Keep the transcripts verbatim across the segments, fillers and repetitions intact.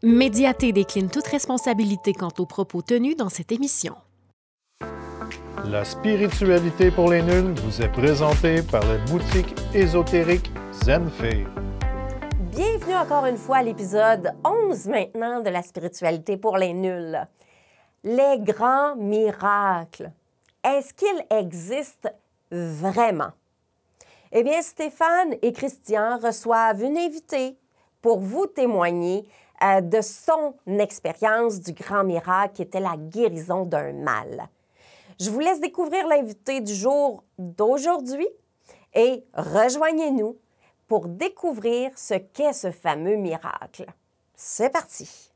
Médiaté décline toute responsabilité quant aux propos tenus dans cette émission. La spiritualité pour les nuls vous est présentée par la boutique ésotérique Zenfei. Bienvenue encore une fois à l'épisode onze maintenant de la spiritualité pour les nuls. Les grands miracles. Est-ce qu'ils existent vraiment? Eh bien, Stéphane et Christian reçoivent une invitée pour vous témoigner euh, de son expérience du grand miracle qui était la guérison d'un mal. Je vous laisse découvrir l'invité du jour d'aujourd'hui et rejoignez-nous pour découvrir ce qu'est ce fameux miracle. C'est parti!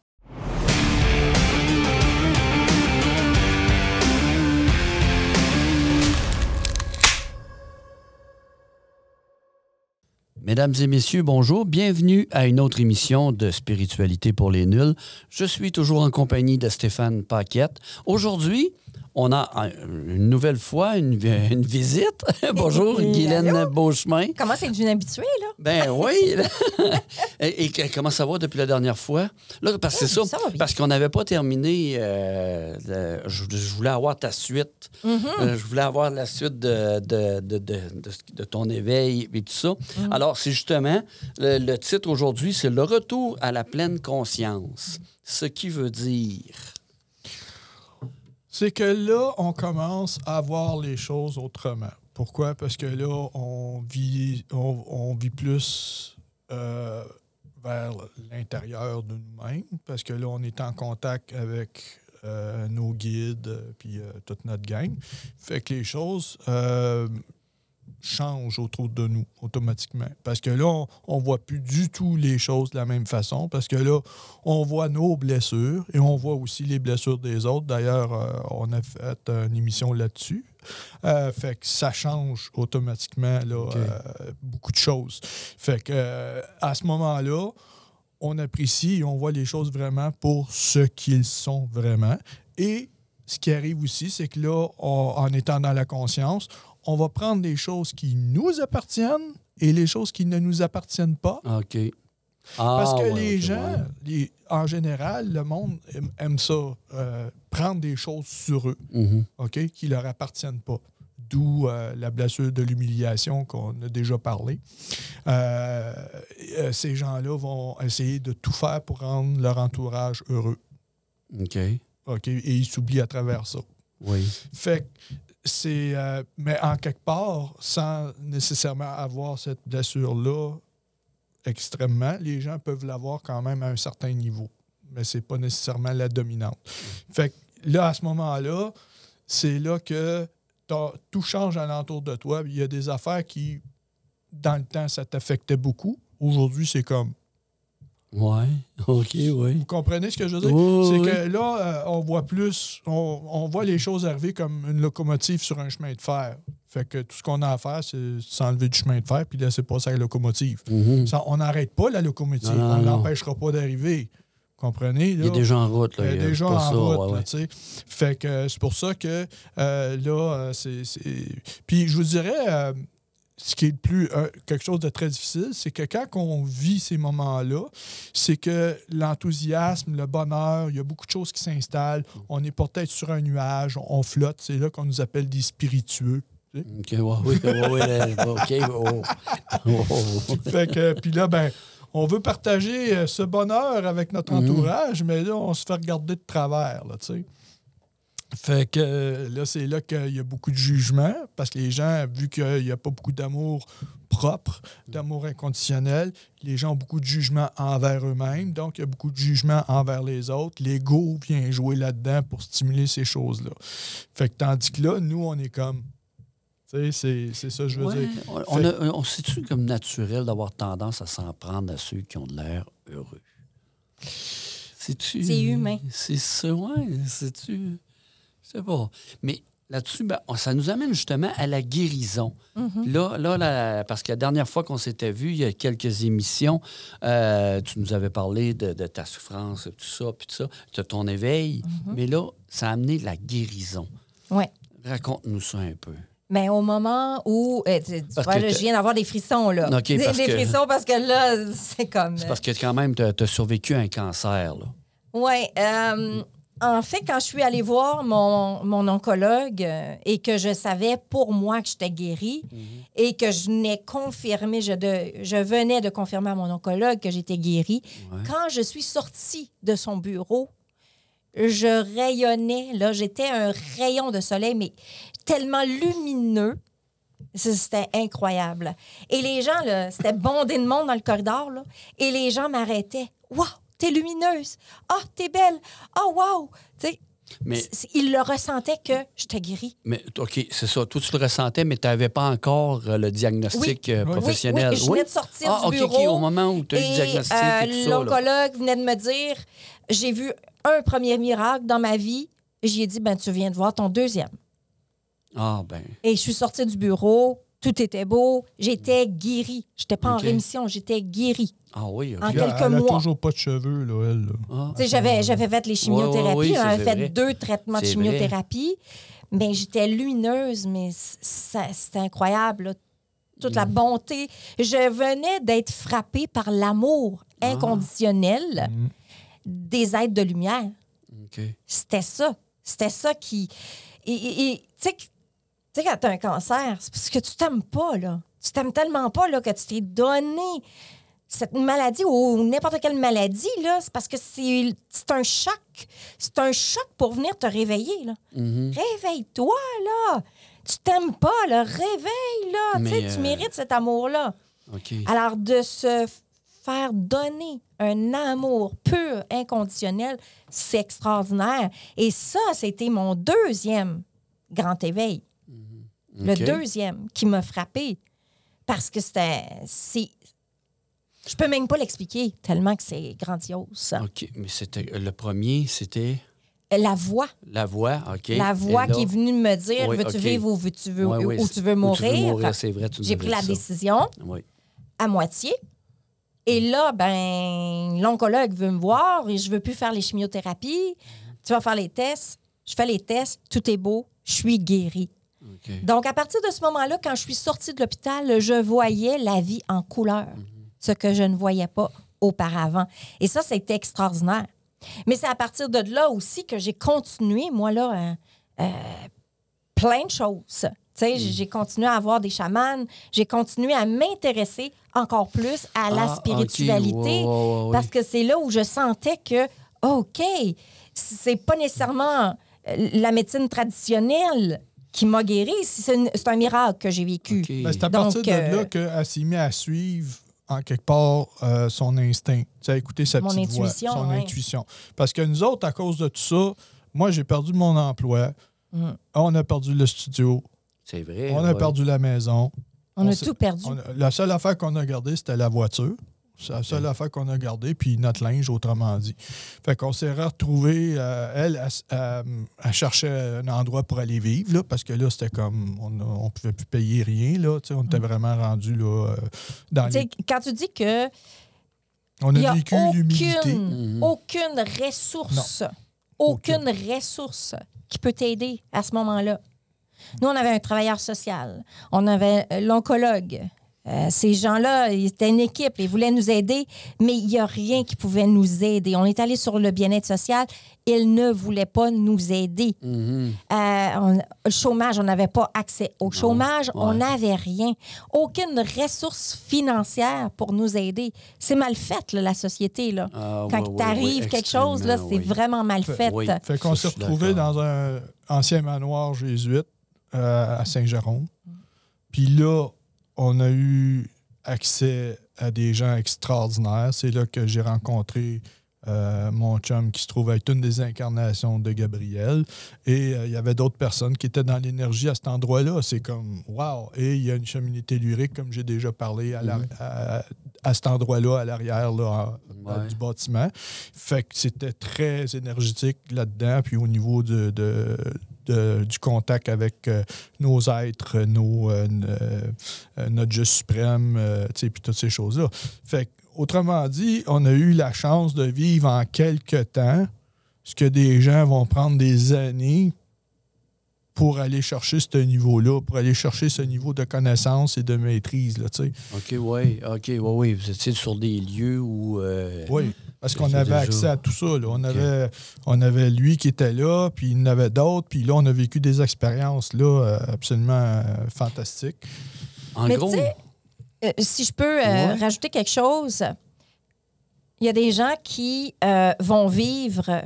Mesdames et messieurs, bonjour. Bienvenue à une autre émission de Spiritualité pour les nuls. Je suis toujours en compagnie de Stéphane Paquette. Aujourd'hui, on a une nouvelle fois une, une visite. Bonjour, Guylaine Beauchemin. Comment c'est une habituée, là? Ben oui. et, et comment ça va depuis la dernière fois? Là, parce que oui, c'est ça, ça parce qu'on n'avait pas terminé. Euh, le, je, je voulais avoir ta suite. Mm-hmm. Euh, je voulais avoir la suite de, de, de, de, de, de ton éveil et tout ça. Mm-hmm. Alors, c'est justement, le, le titre aujourd'hui, c'est « Le retour à la pleine conscience ». Ce qui veut dire... C'est que là, on commence à voir les choses autrement. Pourquoi? Parce que là, on vit, on, on vit plus euh, vers l'intérieur de nous-mêmes, parce que là, on est en contact avec euh, nos guides puis euh, toute notre gang. Fait que les choses euh, changent autour de nous automatiquement. Parce que là, on ne voit plus du tout les choses de la même façon, parce que là, on voit nos blessures et on voit aussi les blessures des autres. D'ailleurs, euh, on a fait une émission là-dessus. Euh, fait que ça change automatiquement là, okay. euh, beaucoup de choses. Fait que euh, à ce moment-là, on apprécie et on voit les choses vraiment pour ce qu'ils sont vraiment. Et ce qui arrive aussi, c'est que là, on, en étant dans la conscience, on va prendre des choses qui nous appartiennent et les choses qui ne nous appartiennent pas. OK. Ah, Parce que ouais, les okay, gens, ouais. les, en général, le monde aime, aime ça, euh, prendre des choses sur eux, mm-hmm. OK, qui ne leur appartiennent pas. D'où euh, la blessure de l'humiliation qu'on a déjà parlé. Euh, euh, ces gens-là vont essayer de tout faire pour rendre leur entourage heureux. OK. OK, et ils s'oublient à travers ça. Oui. Fait que c'est... Euh, mais en quelque part, sans nécessairement avoir cette blessure-là extrêmement, les gens peuvent l'avoir quand même à un certain niveau. Mais c'est pas nécessairement la dominante. Fait que là, à ce moment-là, c'est là que tout change alentour de toi. Il y a des affaires qui, dans le temps, ça t'affectait beaucoup. Aujourd'hui, c'est comme... Ouais, OK, oui. Vous comprenez ce que je veux dire? Oui, c'est oui. que là, euh, on voit plus, on, on voit les choses arriver comme une locomotive sur un chemin de fer. Fait que tout ce qu'on a à faire, c'est s'enlever du chemin de fer puis laisser passer la locomotive. Mm-hmm. Ça, on n'arrête pas la locomotive. Non, non, on ne non. l'empêchera pas d'arriver. Vous comprenez? Là? Il y a des gens en route. Là. Il y a des gens en ça, route. ouais, là, ouais. tu sais. Fait que c'est pour ça que euh, là, c'est, c'est... Puis je vous dirais... Euh, ce qui est le plus euh, quelque chose de très difficile, c'est que quand on vit ces moments-là, c'est que l'enthousiasme, le bonheur, il y a beaucoup de choses qui s'installent. On est peut-être sur un nuage, on flotte. C'est là qu'on nous appelle des spiritueux. Tu sais? OK, oui, oui, oui, oui, OK. Oh. Oh, oh. Fait que, puis là, ben, on veut partager ce bonheur avec notre entourage, mm-hmm. mais là, on se fait regarder de travers, là, tu sais. Fait que euh, là, c'est là qu'il y a beaucoup de jugement, parce que les gens, vu qu'il n'y a pas beaucoup d'amour propre, d'amour inconditionnel, les gens ont beaucoup de jugement envers eux-mêmes, donc il y a beaucoup de jugement envers les autres. L'ego vient jouer là-dedans pour stimuler ces choses-là. Fait que tandis que là, nous, on est comme... Tu sais, c'est, c'est ça que je veux ouais, dire. On, a, on c'est-tu comme naturel d'avoir tendance à s'en prendre à ceux qui ont de l'air heureux? C'est-tu... C'est humain. C'est ça, ouais, c'est-tu... Je sais pas. Mais là-dessus, ben, ça nous amène justement à la guérison. Mm-hmm. Là, là, là, parce que la dernière fois qu'on s'était vu, il y a quelques émissions, euh, tu nous avais parlé de, de ta souffrance, tout ça, puis tout ça, de ton éveil. Mm-hmm. Mais là, ça a amené la guérison. Oui. Raconte-nous ça un peu. Mais au moment où... euh, tu, tu Parce vois, que là, je t'as- viens d'avoir des frissons, là. OK, des parce des que- frissons parce que là, c'est comme... C'est parce que quand même, tu as survécu à un cancer, là. Oui. Euh, en fait, quand je suis allée voir mon, mon oncologue euh, et que je savais pour moi que j'étais guérie Mm-hmm. et que je n'ai confirmé, je, de, je venais de confirmer à mon oncologue que j'étais guérie, Ouais. quand je suis sortie de son bureau, je rayonnais, là, j'étais un rayon de soleil, mais tellement lumineux. C'était incroyable. Et les gens, là, c'était bondé de monde dans le corridor, là, et les gens m'arrêtaient. « Wow, t'es lumineuse! Ah, oh, t'es belle! Oh, wow! » Tu sais, Mais, c- ils le ressentaient que j'étais guérie. mais OK, c'est ça. Toi, tu le ressentais, mais tu n'avais pas encore euh, le diagnostic euh, Oui. professionnel. Oui, oui, je venais de sortir ah, du OK, bureau. OK, au moment où tu as eu le Et diagnostic euh, et tout ça. là. l'oncologue venait de me dire, j'ai vu un premier miracle dans ma vie. J'y ai dit, ben tu viens de voir ton deuxième. Ah, ben. Et je suis sortie du bureau, tout était beau, j'étais guérie. J'étais pas OK. en rémission, j'étais guérie. Ah oui, OK. En Puis elle- quelques elle a mois. toujours pas de cheveux, là, elle. là. Ah. Tu sais, j'avais, j'avais fait les chimiothérapies, Ouais, ouais, oui, ça, j'avais c'est fait vrai. deux traitements de C'est chimiothérapie, mais j'étais lumineuse, mais c- ça- c'était incroyable, là. Toute Mm. la bonté. Je venais d'être frappée par l'amour Ah. inconditionnel Mm. des êtres de lumière. OK. C'était ça. C'était ça qui... Et, et- et, tu sais, tu sais, quand tu as un cancer, c'est parce que tu t'aimes pas, là. Tu t'aimes tellement pas, là, que tu t'es donné cette maladie ou n'importe quelle maladie, là. C'est parce que c'est c'est un choc. C'est un choc pour venir te réveiller, là. Mhm. Réveille-toi, là. Tu t'aimes pas, là. Réveille, là. Tu sais, Mais, tu euh, mérites cet amour-là. OK. Alors, de se f- faire donner un amour pur, inconditionnel, c'est extraordinaire. Et ça, c'était mon deuxième grand éveil. Le OK. deuxième qui m'a frappé. Parce que c'était... c'est- Je peux même pas l'expliquer, tellement que c'est grandiose. OK, mais c'était le premier, c'était La voix. la voix, OK. La voix Et là- qui est venue me dire, Oui, veux-tu OK. vivre ou veux-tu veux, Ouais, ouais, ou c'est- tu veux mourir? c'est vrai, tu nous J'ai avais pris la dit ça. décision Oui. à moitié. Et là, ben, l'oncologue veut me voir et je veux plus faire les chimiothérapies. Tu vas faire les tests. Je fais les tests. Tout est beau. Je suis guérie. OK. Donc, à partir de ce moment-là, quand je suis sortie de l'hôpital, je voyais la vie en couleur, ce que je ne voyais pas auparavant. Et ça, c'était extraordinaire. Mais c'est à partir de là aussi que j'ai continué, moi, là, euh, euh, plein de choses. Tu sais, j'ai continué à avoir des chamans, j'ai continué à m'intéresser encore plus à la Ah, spiritualité, OK. Ouais, ouais, ouais, parce que c'est là où je sentais que, OK, c'est pas nécessairement euh, la médecine traditionnelle qui m'a guéri, c'est une- c'est un miracle que j'ai vécu. OK. Ben, c'est à Donc, partir de euh, là qu'elle s'est mise à suivre, en quelque part, euh, son instinct. Tu sais, à écouter sa Mon petite voix, intuition, son ouais. intuition. Parce que nous autres, à cause de tout ça, moi, j'ai perdu mon emploi. Mm. On a perdu le studio. C'est vrai. On a ouais. perdu la maison. On, a s'est- tout perdu. on a- la seule affaire qu'on a gardée, c'était la voiture. C'est la seule affaire qu'on a gardée, puis notre linge, autrement dit. Fait qu'on s'est retrouvés, euh, elle, elle, elle- elle cherchait un endroit pour aller vivre, là, parce que là, c'était comme, on ne pouvait plus payer rien, là, tu sais, on était vraiment rendu là, euh, dans Tu sais, les... quand tu dis que On il n'y a a vécu l'humilité. aucune, aucune ressource, aucune ressource qui peut t'aider à ce moment-là. Nous, on avait un travailleur social, on avait euh, l'oncologue. Euh, ces gens-là, ils étaient une équipe, ils voulaient nous aider, mais il n'y a rien qui pouvait nous aider. On est allé sur le bien-être social, ils ne voulaient pas nous aider. Mhm. Euh, on- le chômage, on n'avait pas accès au chômage, on ouais. n'avait rien. Aucune ressource financière pour nous aider. C'est mal fait, là, la société. Là. Ah, Quand ouais, ouais, t'arrive ouais, quelque chose, là, extrêmement, c'est oui. vraiment mal Fait- fait. oui. Fait qu'on Ça, s'est je suis retrouvés d'accord. dans un ancien manoir jésuite euh, à Saint-Jérôme. Puis là, on a eu accès à des gens extraordinaires. C'est là que j'ai rencontré euh, mon chum qui se trouve être une des incarnations de Gabriel. Et euh, il y avait d'autres personnes qui étaient dans l'énergie à cet endroit-là. C'est comme, wow! Et il y a une cheminée tellurique, comme j'ai déjà parlé, à, la- Mhm. à, à cet endroit-là, à l'arrière là, en- Ouais. du bâtiment. Fait que c'était très énergétique là-dedans. Puis au niveau de, de- de- du contact avec euh, nos êtres, nos, euh, n- euh, notre Dieu suprême, euh, tu sais, puis toutes ces choses-là. Fait que, autrement dit, on a eu la chance de vivre en quelques temps ce que des gens vont prendre des années pour aller chercher ce niveau-là, pour aller chercher ce niveau de connaissance et de maîtrise, là, tu sais. OK, oui. OK, oui, oui. Vous étiez sur des lieux où... Euh, oui, parce qu'on c'est avait déjà... accès à tout ça, là. On, OK. avait, on avait lui qui était là, puis il y en avait d'autres, puis là, on a vécu des expériences, là, euh, absolument euh, fantastiques. En Mais gros... tu sais, euh, si je peux euh, Ouais. rajouter quelque chose, il y a des gens qui euh, vont vivre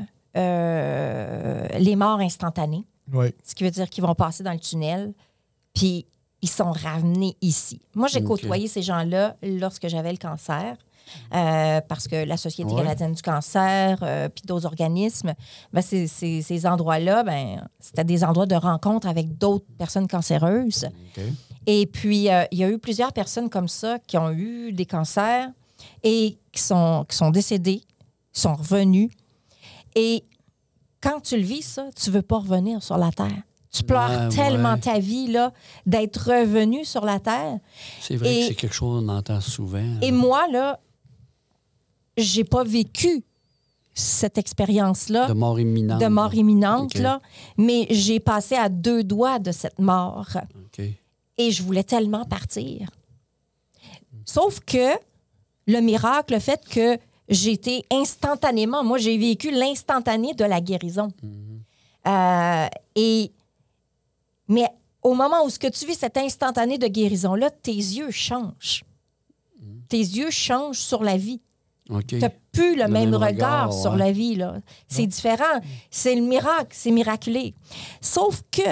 euh, les morts instantanées, Oui. ce qui veut dire qu'ils vont passer dans le tunnel, puis ils sont ramenés ici. Moi, j'ai OK. côtoyé ces gens-là lorsque j'avais le cancer, euh, parce que la Société Ouais. canadienne du cancer, euh, puis d'autres organismes, ben, c'est- c'est- ces endroits-là, ben, c'était des endroits de rencontre avec d'autres personnes cancéreuses. OK. Et puis, euh, il y a eu plusieurs personnes comme ça qui ont eu des cancers et qui sont, qui sont décédées, sont revenues. Et quand tu le vis, ça, tu veux pas revenir sur la Terre. Tu pleures Ouais, tellement ouais. ta vie là, d'être revenu sur la Terre. C'est vrai Et- que c'est quelque chose qu'on entend souvent. Et moi, là, j'ai pas vécu cette expérience-là De mort imminente. de mort imminente, OK. là, mais j'ai passé à deux doigts de cette mort. OK. Et je voulais tellement partir. Sauf que le miracle, le fait que j'ai été instantanément, moi, j'ai vécu l'instantané de la guérison. Euh, et, mais au moment où ce que tu vis cet instantané de guérison-là, tes yeux changent. Tes yeux changent sur la vie. OK. Tu n'as plus le, Le même, même regard, regard, sur ouais. la vie. Là. C'est différent. C'est le miracle. C'est miraculé. Sauf que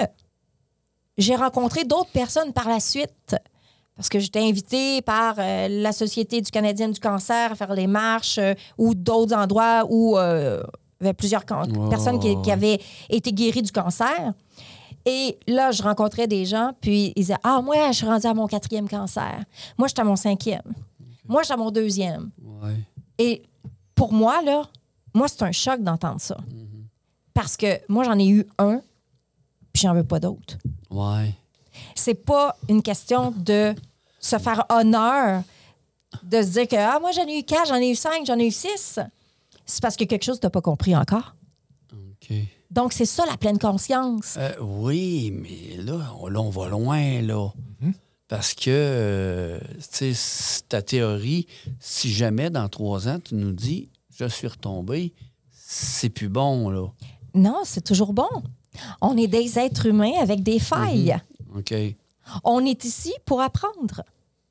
j'ai rencontré d'autres personnes par la suite parce que j'étais invitée par euh, la Société du Canadien du cancer à faire les marches euh, ou d'autres endroits où euh, il y avait plusieurs can- Ouais, personnes qui, ouais, qui ouais. avaient été guéries du cancer. Et là, je rencontrais des gens, puis ils disaient « Ah, moi, je suis rendue à mon quatrième cancer. Moi, j'étais à mon cinquième. Moi, j'étais à mon deuxième. Ouais. » Et pour moi, là, moi, c'est un choc d'entendre ça. Parce que moi, j'en ai eu un, puis j'en veux pas d'autres. Ouais. C'est pas une question de se faire honneur, de se dire que ah, moi, j'en ai eu quatre, j'en ai eu cinq, j'en ai eu six. C'est parce que quelque chose que t'as pas compris encore. OK. Donc, c'est ça, la pleine conscience. Euh, oui, mais là on, là, on va loin, là. Parce que, euh, tu sais, c'est ta théorie, si jamais dans trois ans, tu nous dis « je suis retombé », c'est plus bon, là. Non, c'est toujours bon. On est des êtres humains avec des failles. OK. On est ici pour apprendre.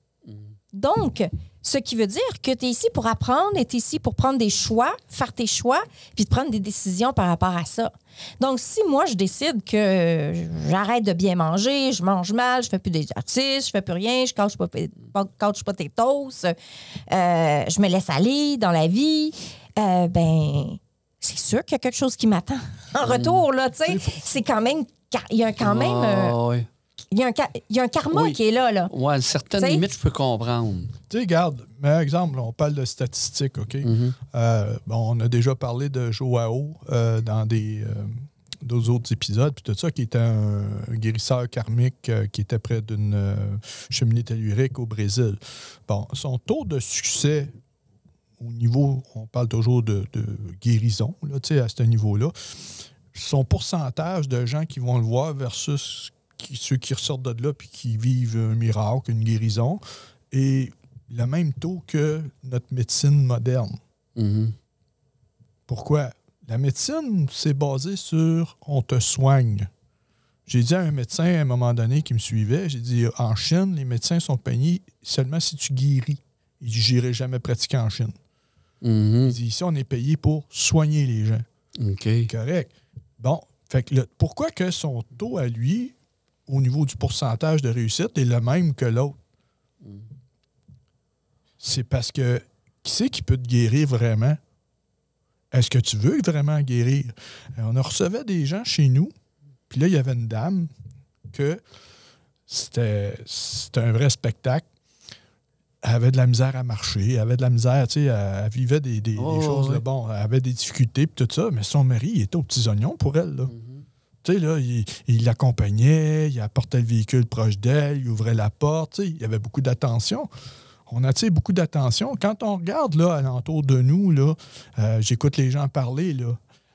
Donc, ce qui veut dire que tu es ici pour apprendre, tu es ici pour prendre des choix, faire tes choix, puis de prendre des décisions par rapport à ça. Donc, si moi, je décide que j'arrête de bien manger, je mange mal, je fais plus d'exercice, je fais plus rien, je couche pas, pas, couche pas tes toasts, euh, je me laisse aller dans la vie, euh, ben c'est sûr qu'il y a quelque chose qui m'attend en retour, là, tu sais. C'est quand même... Il y a quand même... euh, Ah, ouais. il y a un, ca- il y a un karma Oui. qui est là, là. Ouais, à certaines T'sais? limites, je peux comprendre. Tu sais, regarde, meilleur exemple, on parle de statistiques, OK? Mm-hmm. Euh, bon, on a déjà parlé de Joao euh, dans des, euh, d'autres autres épisodes, puis tout ça, qui était un, un guérisseur karmique euh, qui était près d'une euh, cheminée tellurique au Brésil. Bon, son taux de succès au niveau, on parle toujours de, de guérison, là, tu sais, à ce niveau-là, son pourcentage de gens qui vont le voir versus qui, ceux qui ressortent de là puis qui vivent un miracle, une guérison, est le même taux que notre médecine moderne. Mhm. Pourquoi? La médecine, c'est basé sur on te soigne. J'ai dit à un médecin à un moment donné qui me suivait, j'ai dit en Chine, les médecins sont payés seulement si tu guéris. Il dit j'irai jamais pratiquer en Chine. Mhm. Il dit ici, on est payé pour soigner les gens. OK. Correct. Bon, fait que le- pourquoi que son taux à lui, au niveau du pourcentage de réussite, est le même que l'autre? C'est parce que qui c'est qui peut te guérir vraiment? Est-ce que tu veux vraiment guérir? Euh, On a recevait des gens chez nous, puis là, il y avait une dame que c'était, c'était un vrai spectacle. Elle avait de la misère à marcher, elle avait de la misère, tu sais, elle, elle vivait des, des- des Oh, choses, ouais. là, bon, elle avait des difficultés, puis tout ça, mais son mari, il était aux petits oignons pour elle, là. Tu sais, là, il, il l'accompagnait, il apportait le véhicule proche d'elle, il ouvrait la porte, tu sais, il y avait beaucoup d'attention. On attire beaucoup d'attention. Quand on regarde, là, alentour de nous, là, euh, j'écoute les gens parler, là,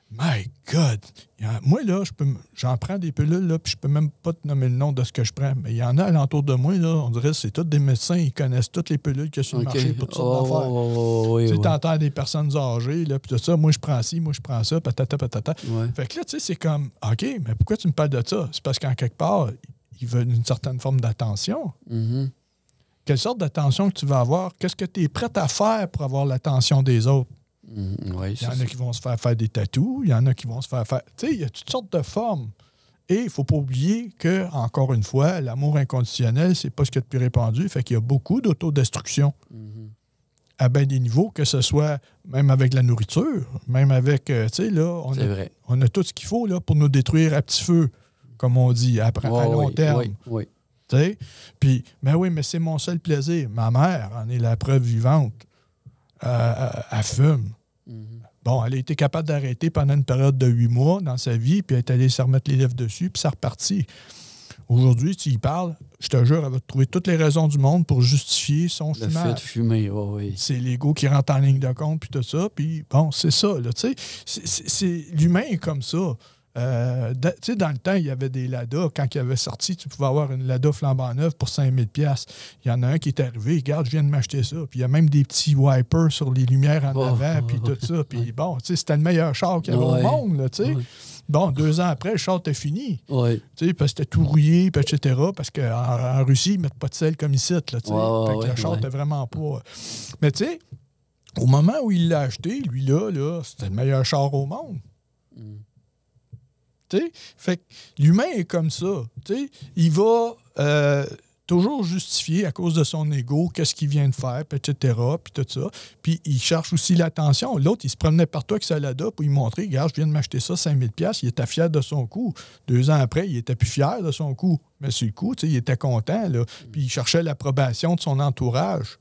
My God! Il y a- moi, là, je peux m- j'en prends des pilules, là, puis je peux même pas te nommer le nom de ce que je prends. Mais il y en a alentour de moi, là, on dirait que c'est tous des médecins, ils connaissent toutes les pilules qu'il y a sur le OK. marché pour toutes sortes Oh, d'affaires. oh, oh, oui, Tu sais, oui. t'entends des personnes âgées, là, puis tout ça, moi, je prends ci, moi, je prends ça, patata, patata. Ouais. Fait que là, tu sais, c'est comme, OK, mais pourquoi tu me parles de ça? C'est parce qu'en quelque part, ils veulent une certaine forme d'attention. Mhm. Quelle sorte d'attention que tu vas avoir? Qu'est-ce que tu es prêt à faire pour avoir l'attention des autres? Mhm. Oui, Il y en c'est a qui vont se faire faire des tatous, il y en a qui vont se faire faire... Tu sais, il y a toutes sortes de formes. Et il ne faut pas oublier que, encore une fois, l'amour inconditionnel, c'est pas ce qu'il y a de plus répandu. Fait qu'il y a beaucoup d'autodestruction Mhm. à bien des niveaux, que ce soit même avec la nourriture, même avec, euh, tu sais, là, on C'est a, vrai. on a tout ce qu'il faut là, pour nous détruire à petit feu, comme on dit, à, à Ouais, long oui, terme. Oui, oui. Tu sais? Puis, mais oui, mais c'est mon seul plaisir. Ma mère en est la preuve vivante. Euh, elle, elle fume. Mhm. Bon, elle a été capable d'arrêter pendant une période de huit mois dans sa vie, puis elle est allée se remettre les lèvres dessus, puis ça repartit. Aujourd'hui, tu y parles, je te jure, elle va te trouver toutes les raisons du monde pour justifier son Le fait de fumage. fumer, oui, oui. C'est l'ego qui rentre en ligne de compte, puis tout ça. Puis bon, c'est ça, là, tu sais. C'est- c'est- c'est- L'humain est comme ça. Euh, da- tu sais, dans le temps, il y avait des Lada. Quand il avait sorti, tu pouvais avoir une Lada flambant neuve pour cinq mille dollars. Il y en a un qui est arrivé, regarde, je viens de m'acheter ça. Puis il y a même des petits wipers sur les lumières en Oh, avant, puis oh, tout ça. Puis bon, tu sais, c'était le meilleur char qu'il y avait Ouais. au monde, là, tu sais. Ouais. Bon, deux ans après, le char était fini. Oui. Tu sais, parce que c'était tout rouillé, puis et cetera. Parce qu'en en Russie, ils mettent pas de sel comme ici, là, tu sais. Ouais, ouais, Fait que ouais, le char ouais. était vraiment pas... Mais tu sais, au moment où il l'a acheté, lui-là, là, c'était le meilleur char au monde. Mm. Tu sais, fait que l'humain est comme ça. Tu sais, il va euh, toujours justifier à cause de son ego qu'est-ce qu'il vient de faire, puis et cetera, puis tout ça. Puis il cherche aussi l'attention. L'autre, il se promenait partout avec sa Lada pour lui montrer, regarde, je viens de m'acheter ça, cinq mille dollars. Il était fier de son coup. Deux ans après, il était plus fier de son coup. Mais sur le coup, tu sais, il était content, là. Puis il cherchait l'approbation de son entourage.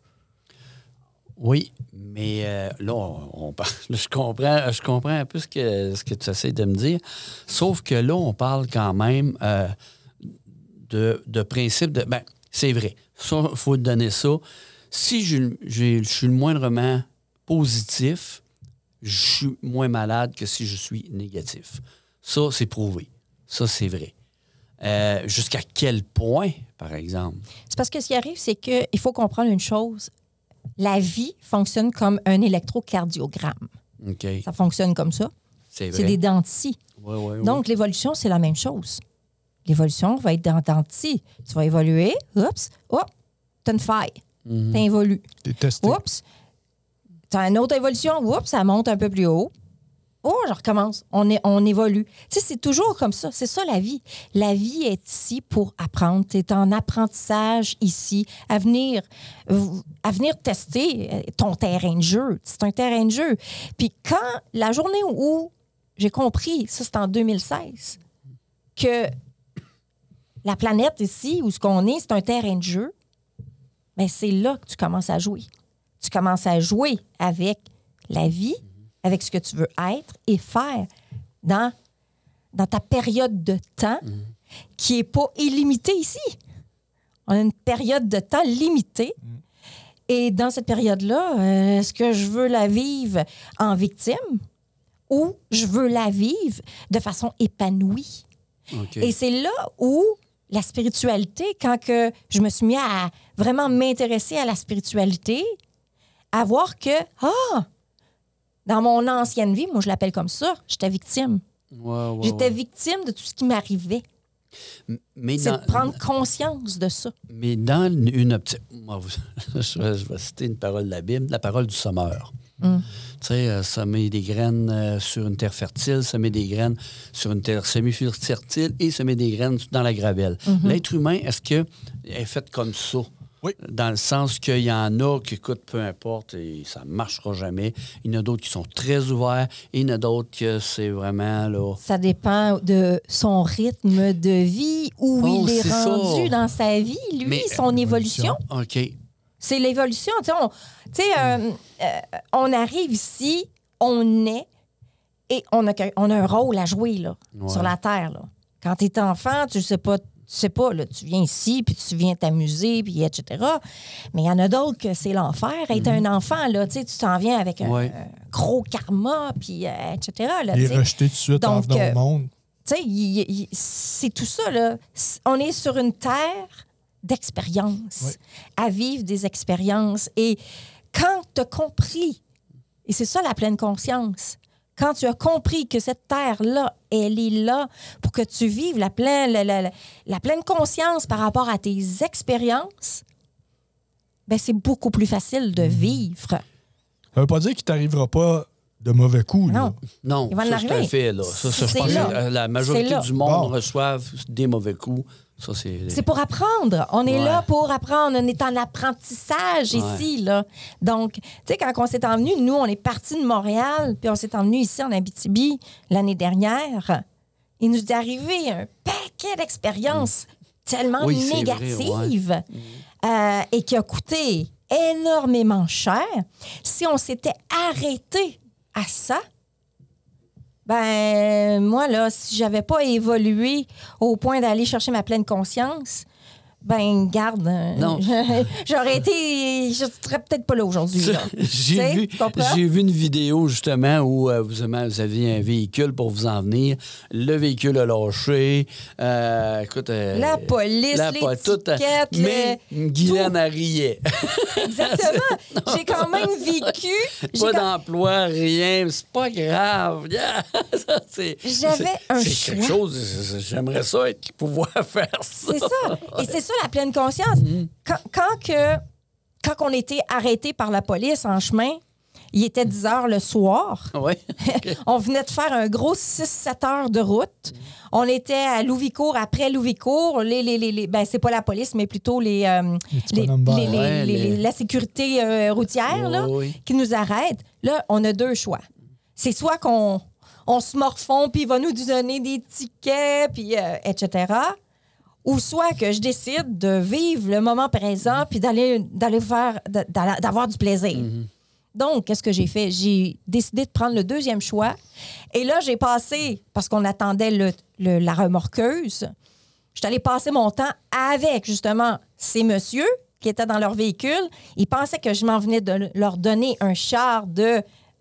Oui, mais euh, là, on, on parle- là, je comprends, je comprends un peu ce que, ce que tu essaies de me dire. Sauf que là, on parle quand même euh, de, de principe de. Ben, c'est vrai. Ça, il faut te donner ça. Si je, j'ai- je suis le moindrement positif, je suis moins malade que si je suis négatif. Ça, c'est prouvé. Ça, c'est vrai. Euh, jusqu'à quel point, par exemple? C'est parce que ce qui arrive, c'est qu'il faut comprendre une chose. La vie fonctionne comme un électrocardiogramme. OK. Ça fonctionne comme ça. C'est vrai. C'est des dents de scie. Ouais, ouais, ouais. Donc, l'évolution, c'est la même chose. L'évolution va être dans dents de scie. Tu vas évoluer, oups, hop, t'as une faille, Mhm. t'involues. T'es testé. Oups, t'as une autre évolution, oups, ça monte un peu plus haut. Oh, je recommence. On, est, on évolue. Tu sais, c'est toujours comme ça. C'est ça, la vie. La vie est ici pour apprendre. Tu es en apprentissage ici, à venir, euh, à venir tester euh, ton terrain de jeu. C'est un terrain de jeu. Puis quand, la journée où j'ai compris, ça, c'est en deux mille seize, que la planète ici, où ce qu'on est, c'est un terrain de jeu, bien, c'est là que tu commences à jouer. Tu commences à jouer avec la vie, avec ce que tu veux être et faire dans, dans ta période de temps qui n'est pas illimitée ici. On a une période de temps limitée. Et dans cette période-là, euh, est-ce que je veux la vivre en victime ou je veux la vivre de façon épanouie? OK. Et c'est là où la spiritualité, quand que je me suis mis à vraiment m'intéresser à la spiritualité, à voir que, ah, dans mon ancienne vie, moi je l'appelle comme ça, j'étais victime. Ouais, ouais, J'étais ouais. victime de tout ce qui m'arrivait. M- Mais C'est dans, de prendre conscience de ça. mais dans une optique. Moi, vous- je, vais, je vais citer une parole de la Bible, la parole du sommeur. Mm. Tu sais, euh, semer des graines euh, sur une terre fertile, semer des graines sur une terre semi-fertile et semer des graines dans la gravelle. Mm-hmm. L'être humain, est-ce que est fait comme ça? Oui. Dans le sens qu'il y en a qui, écoute, peu importe, et ça ne marchera jamais. Il y en a d'autres qui sont très ouverts et il y en a d'autres que c'est vraiment, là... Ça dépend de son rythme de vie, où Oh, il est c'est ça. rendu dans sa vie, lui, Mais- son évolution. OK. C'est l'évolution. Tu sais, on, tu sais, euh, euh, on arrive ici, on est, et on a, que- on a un rôle à jouer là, Ouais. sur la Terre. Là. Quand tu es enfant, tu sais pas, tu sais pas, là, tu viens ici, puis tu viens t'amuser, puis et cetera. Mais il y en a d'autres que c'est l'enfer. Être un enfant, là, tu sais, tu t'en viens avec un, Ouais. un gros karma, puis euh, et cetera. Là, Il tu est sais. rejeté tout de suite en Donc, venant euh, au monde. Tu sais, il- il- c'est tout ça, là. C- On est sur une terre d'expériences, Oui. à vivre des expériences. Et quand tu as compris, et c'est ça la pleine conscience, quand tu as compris que cette terre-là, elle est là pour que tu vives la pleine, la, la- la- la pleine conscience par rapport à tes expériences, ben c'est beaucoup plus facile de vivre. Ça veut pas dire qu'il t'arrivera pas de mauvais coups. là. Non. Non, Il va en ça, c'est arriver. un fait. Là. Ça, ça, je C'est pense là. que la majorité C'est là. du monde Bon. reçoivent des mauvais coups. Ça, c'est... C'est pour apprendre. On est Ouais. là pour apprendre. On est en apprentissage Ouais. ici, là. Donc, tu sais, quand on s'est envenu, nous, on est partis de Montréal, puis on s'est envenu ici en Abitibi l'année dernière. Il nous est arrivé un paquet d'expériences tellement Oui, c'est vrai, négatives euh, et qui a coûté énormément cher. Si on s'était arrêté à ça, ben, moi, là, si j'avais pas évolué au point d'aller chercher ma pleine conscience, ben, garde, euh, Non. j'aurais été. Je serais peut-être pas là aujourd'hui. là. Tu J'ai sais, vu, tu comprends? j'ai vu une vidéo justement où euh, vous, avez- vous aviez un véhicule pour vous en venir. Le véhicule a lâché. Euh, écoute, euh, La police, la les po- tout, euh, tickets, mais le- Guylaine a riait. Exactement. J'ai quand même vécu. j'ai Pas quand- d'emploi, rien. C'est pas grave. Yeah. Ça, c'est, J'avais c'est- un c'est quelque choix. chose. J'aimerais ça être pouvoir faire ça. C'est ça. Et c'est ça la pleine conscience. Quand, quand, que, quand on était arrêté par la police en chemin, il était dix heures le soir. Oui. On venait de faire un gros six sept heures de route. On était à Louvicourt, après Louvicourt. Les, les, les, les- ben, c'est pas la police, mais plutôt les, euh, Les petits les- bonhommes verts. les- les- Ouais, les- les- la sécurité euh, routière là, Oui, oui. qui nous arrête. Là, on a deux choix. C'est soit qu'on on se morfond, puis il va nous donner des tickets, puis euh, et cetera. Ou soit que je décide de vivre le moment présent, puis d'aller d'aller faire, d'a- d'avoir du plaisir. Donc, qu'est-ce que j'ai fait? J'ai décidé de prendre le deuxième choix. Et là, j'ai passé, parce qu'on attendait le, le- la remorqueuse, je suis allée passer mon temps avec, justement, ces messieurs qui étaient dans leur véhicule. Ils pensaient que je m'en venais de leur donner un char de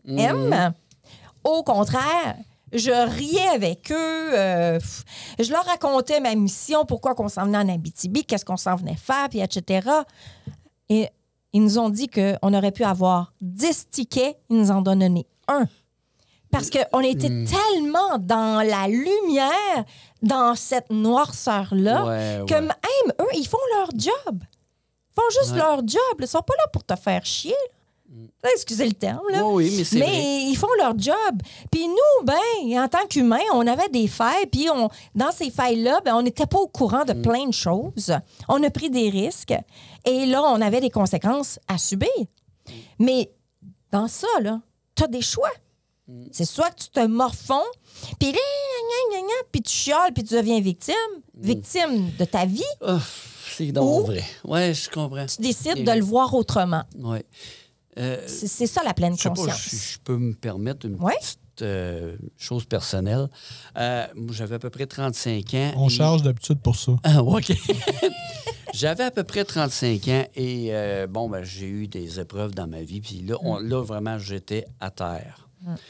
M. Au contraire, je riais avec eux. euh, f- je leur racontais ma mission, pourquoi qu'on s'en venait en Abitibi, qu'est-ce qu'on s'en venait faire, puis et cetera. Et ils nous ont dit qu'on aurait pu avoir dix tickets. Ils nous en ont donné un. Parce qu'on était tellement dans la lumière, dans cette noirceur-là, Ouais, que ouais. même eux, ils font leur job. Ils font juste Ouais. leur job. Ils sont pas là pour te faire chier. là. Excusez le terme, là. Oui, oui, mais c'est Mais vrai. ils font leur job. Puis nous, ben, en tant qu'humains, on avait des failles. Puis on, dans ces failles-là, ben, on n'était pas au courant de plein de choses. On a pris des risques. Et là, on avait des conséquences à subir. Mais dans ça, là, tu as des choix. C'est soit que tu te morfonds, puis là, gna, gna, gna, puis tu chiales, puis tu deviens victime, victime de ta vie, Ah, c'est donc Ou- vrai. Oui, je comprends. tu décides Et- de le voir autrement. Oui. Euh, C'est c'est ça la pleine je sais pas conscience. si je peux me permettre une Ouais. petite euh, chose personnelle. Euh, moi, j'avais à peu près trente-cinq ans. On et- charge d'habitude pour ça. Ah, OK. J'avais à peu près trente-cinq ans et euh, bon, ben, j'ai eu des épreuves dans ma vie. Puis là, on- là vraiment, j'étais à terre.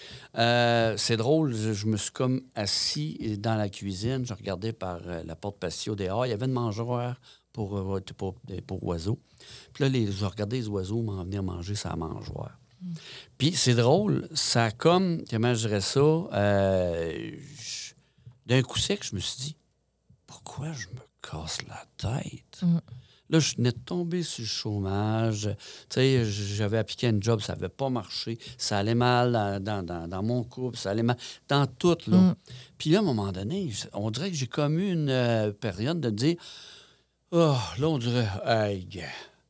Euh, c'est drôle, je, je me suis comme assis dans la cuisine, je regardais par euh, la porte patio dehors, il y avait une mangeoire pour, euh, pour, pour oiseaux. Puis là, les, je regardais les oiseaux m'en venir manger sa mangeoire. Puis c'est drôle, ça a comme, comment je dirais ça, euh, je- d'un coup sec, je me suis dit, pourquoi je me casse la tête? Là, je venais de tomber sur le chômage. Tu sais, j'avais appliqué à une job, ça n'avait pas marché. Ça allait mal dans, dans, dans, dans mon couple, ça allait mal dans tout, là. Mm. Puis là, à un moment donné, on dirait que j'ai comme eu une euh, période de dire, oh, là, on dirait, hey, gars,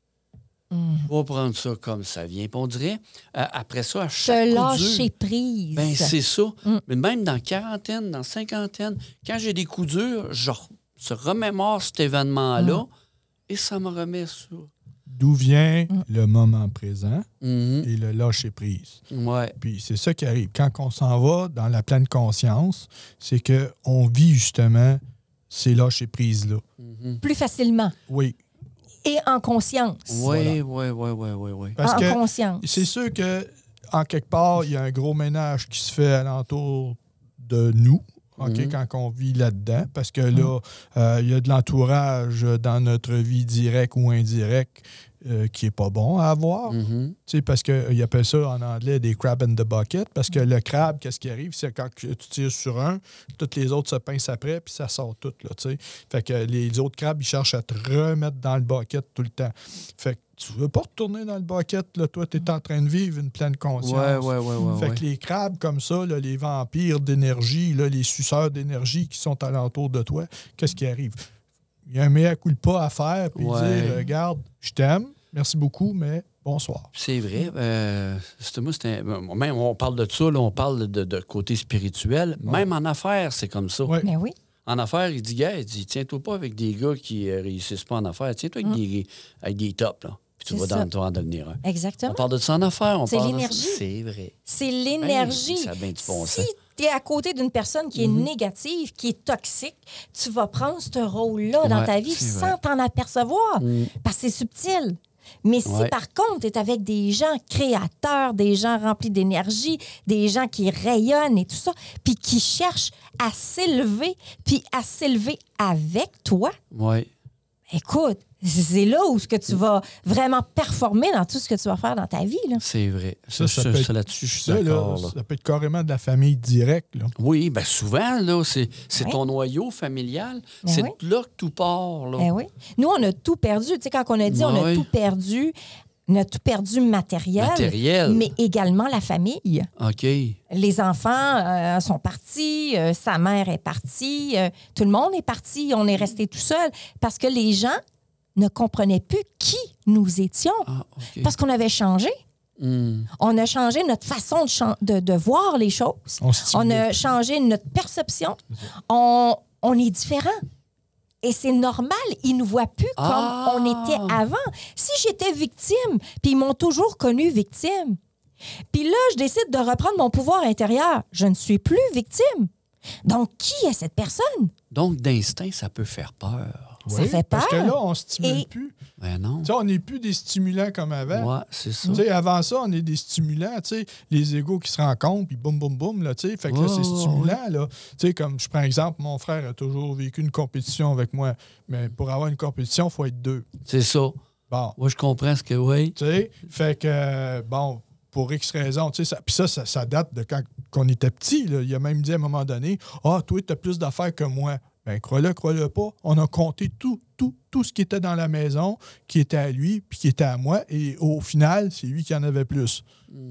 on va prendre ça comme ça vient. Puis on dirait, euh, après ça, à chaque Se coup lâcher dur, prise. ben, c'est ça. Mm. Mais même dans quarantaine, dans cinquantaine, quand j'ai des coups durs, je re- se remémore cet événement-là et ça me remet sur. D'où vient le moment présent Mhm. et le lâcher prise. Ouais. Puis c'est ça qui arrive. Quand on s'en va dans la pleine conscience, c'est qu'on vit justement c'est lâcher prise-là. Plus facilement Oui. et en conscience. Oui, oui, oui, oui, oui, oui. Parce en que conscience. c'est sûr que en quelque part, il y a un gros ménage qui se fait alentour de nous. OK, Mhm. quand on vit là-dedans, parce que là, euh, il y a de l'entourage dans notre vie directe ou indirecte euh, qui n'est pas bon à avoir. Mhm. Tu sais, parce qu'ils appellent ça en anglais des crab in the bucket, parce que le crabe, qu'est-ce qui arrive? C'est quand tu tires sur un, toutes les autres se pincent après, puis ça sort tout, là, tu sais. Fait que les autres crabes, ils cherchent à te remettre dans le bucket tout le temps. Fait que tu veux pas retourner dans le bucket, là, toi, tu es en train de vivre une pleine conscience. Ouais, ouais, ouais, ouais, Fait ouais. que les crabes comme ça, là, les vampires d'énergie, là, les suceurs d'énergie qui sont alentour de toi, qu'est-ce qui arrive? Il y a un mea culpa à faire, puis Ouais. dire, regarde, je t'aime, merci beaucoup, mais bonsoir. C'est vrai. Euh, c'est- moi, c'est un- même on parle de ça, là, on parle de, de côté spirituel. Même en affaires, c'est comme ça. Ouais. Mais oui. En affaires, il dit, gars, il dit, tiens-toi pas avec des gars qui euh, réussissent pas en affaires. Tiens-toi avec, des, avec des tops, là. Puis tu C'est vas ça. dans, tu vas en devenir un. Exactement. On parle de ça en affaires. On C'est parle de ça. l'énergie. C'est vrai. C'est l'énergie. Ben, ça a bien du bon si sens. tu es à côté d'une personne qui est négative, qui est toxique, tu vas prendre ce rôle-là dans Ouais, ta vie c'est sans vrai. t'en apercevoir, Mm. parce que c'est subtil. Mais si, Ouais. par contre, tu es avec des gens créateurs, des gens remplis d'énergie, des gens qui rayonnent et tout ça, puis qui cherchent à s'élever, puis à s'élever avec toi, Oui. écoute, c'est là où ce que tu vas vraiment performer dans tout ce que tu vas faire dans ta vie. Là. C'est vrai. Ça, Ça, ça ça, peut ça, être- là-dessus, je suis Ça, là, d'accord. là. ça peut être carrément de la famille directe. Là. Oui, bien souvent, là, c'est, c'est Oui. ton noyau familial. Ben c'est oui. de là que tout part. Là. Eh oui. Nous, on a tout perdu. Tu sais, quand on a dit on a Oui. tout perdu, on a tout perdu matériel, Matériel. mais également la famille. OK. Les enfants euh, sont partis, euh, sa mère est partie, euh, tout le monde est parti, on est resté tout seul parce que les gens ne comprenaient plus qui nous étions Ah, OK. parce qu'on avait changé. Hmm. On a changé notre façon de, chan- de, de voir les choses. On stimule. On a changé notre perception. On, on est différent. Et c'est normal, ils ne nous voient plus comme Ah! on était avant. Si j'étais victime, puis ils m'ont toujours connue victime, puis là, je décide de reprendre mon pouvoir intérieur, je ne suis plus victime. Donc, qui est cette personne? Donc, d'instinct, ça peut faire peur. Ça fait Parce que peur. là, on ne stimule Et- plus. Ben non. Tu sais, on n'est plus des stimulants comme avant. Ouais, c'est ça. Tu sais, avant ça, on est des stimulants, tu sais, les égos qui se rencontrent, puis boum, boum, boum, là, tu sais. Fait que là, Ouais, c'est ouais, stimulant, là. Tu sais, comme je prends exemple, mon frère a toujours vécu une compétition avec moi. Mais pour avoir une compétition, il faut être deux. C'est ça. Bon, Moi, je comprends ce que, oui. tu sais, fait que, euh, bon, pour X raisons, tu sais, ça- puis ça, ça, ça date de quand qu'on était petit, là. Il a même dit à un moment donné, « Ah, toi, tu as plus d'affaires que moi. » Ben, crois-le, crois-le pas. On a compté tout, tout, tout ce qui était dans la maison, qui était à lui, puis qui était à moi. Et au final, c'est lui qui en avait plus.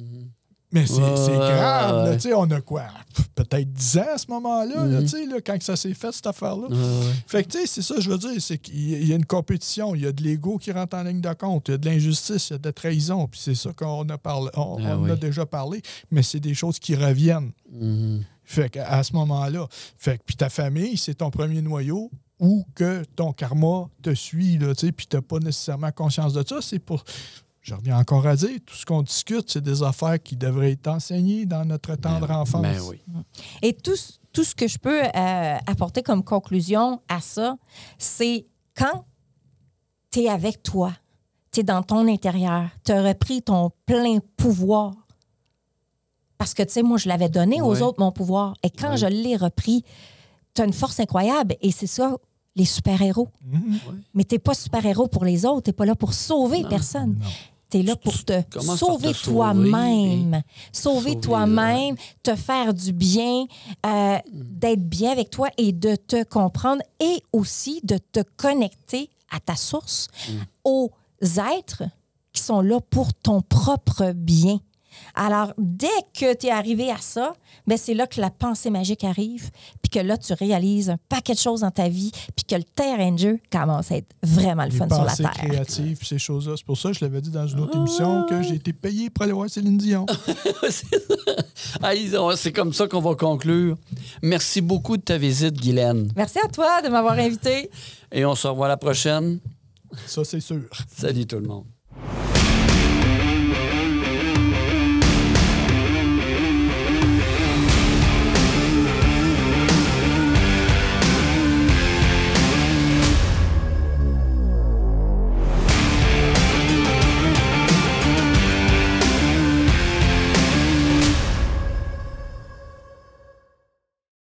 Mais c'est Ouais, c'est grave, là, ouais. tu sais, on a quoi? Peut-être dix ans à ce moment-là, là, Mhm. tu sais, là, quand que ça s'est fait, cette affaire-là. Ouais, ouais. Fait que, tu sais, c'est ça, je veux dire, c'est qu'il y a- il y a une compétition, il y a de l'ego qui rentre en ligne de compte, il y a de l'injustice, il y a de la trahison, puis c'est ça qu'on a parlé, on, Ah on oui. a déjà parlé, mais c'est des choses qui reviennent. Mhm. Fait qu'à à ce moment-là, fait que, puis ta famille, c'est ton premier noyau ou que ton karma te suit, là, tu sais, puis t'as pas nécessairement conscience de ça, c'est pour... Je reviens encore à dire, tout ce qu'on discute, c'est des affaires qui devraient être enseignées dans notre tendre Ben- enfance. Ben oui. Et tout, ce- tout ce que je peux euh, apporter comme conclusion à ça, c'est quand tu es avec toi, tu es dans ton intérieur, tu as repris ton plein pouvoir. Parce que, tu sais, moi, je l'avais donné aux Ouais. autres, mon pouvoir. Et quand Ouais. je l'ai repris, tu as une force incroyable. Et c'est ça, les super-héros. Mhm. Mais tu n'es pas super-héros pour les autres. Tu n'es pas là pour sauver Non. personne. Non. Tu es là pour te commences par sauver te sauver toi-même. Sauver sauver, toi-même, te faire du bien, euh, d'être bien avec toi et de te comprendre et aussi de te connecter à ta source, aux êtres qui sont là pour ton propre bien. Alors, dès que tu es arrivé à ça, ben c'est là que la pensée magique arrive, puis que là, tu réalises un paquet de choses dans ta vie, puis que le terrain de jeu commence à être vraiment le Les fun sur la pensées Terre. créatives, puis ces choses-là. C'est pour ça que je l'avais dit dans une autre émission que j'ai été payé pour aller voir Céline Dion. C'est ça. Ah, ils ont- c'est comme ça qu'on va conclure. Merci beaucoup de ta visite, Guylaine. Merci à toi de m'avoir invité. Et on se revoit la prochaine. Ça, c'est sûr. Salut tout le monde.